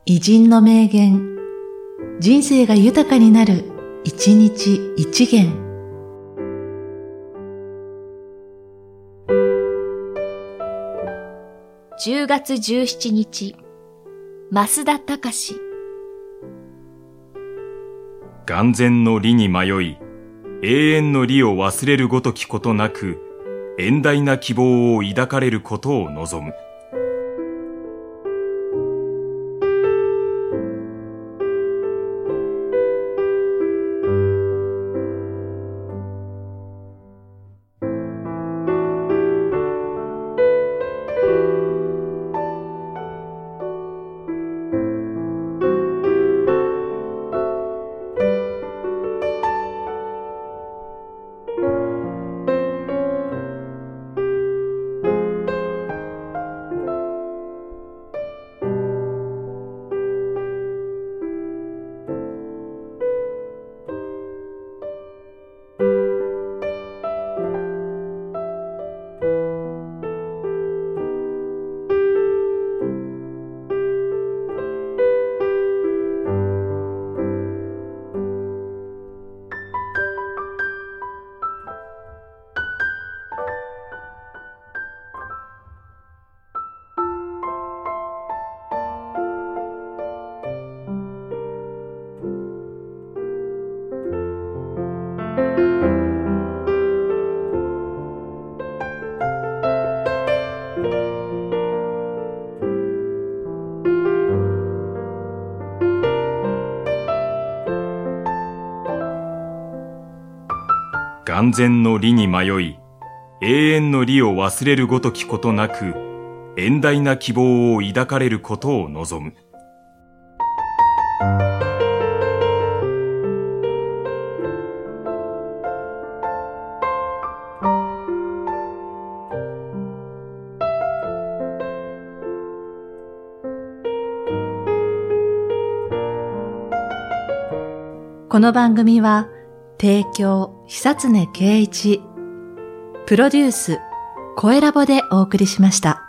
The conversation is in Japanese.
偉人の名言、人生が豊かになる、一日一元。 10月17日、増田隆。 眼前の利に迷い、永遠の利を忘れるごときことなく、遠大な希望を抱かれることを望む。眼前の利に迷い、永遠の利を忘れるごときことなく、遠大な希望を抱かれることを望む。 この番組は、提供久常圭一、プロデュース声ラボでお送りしました。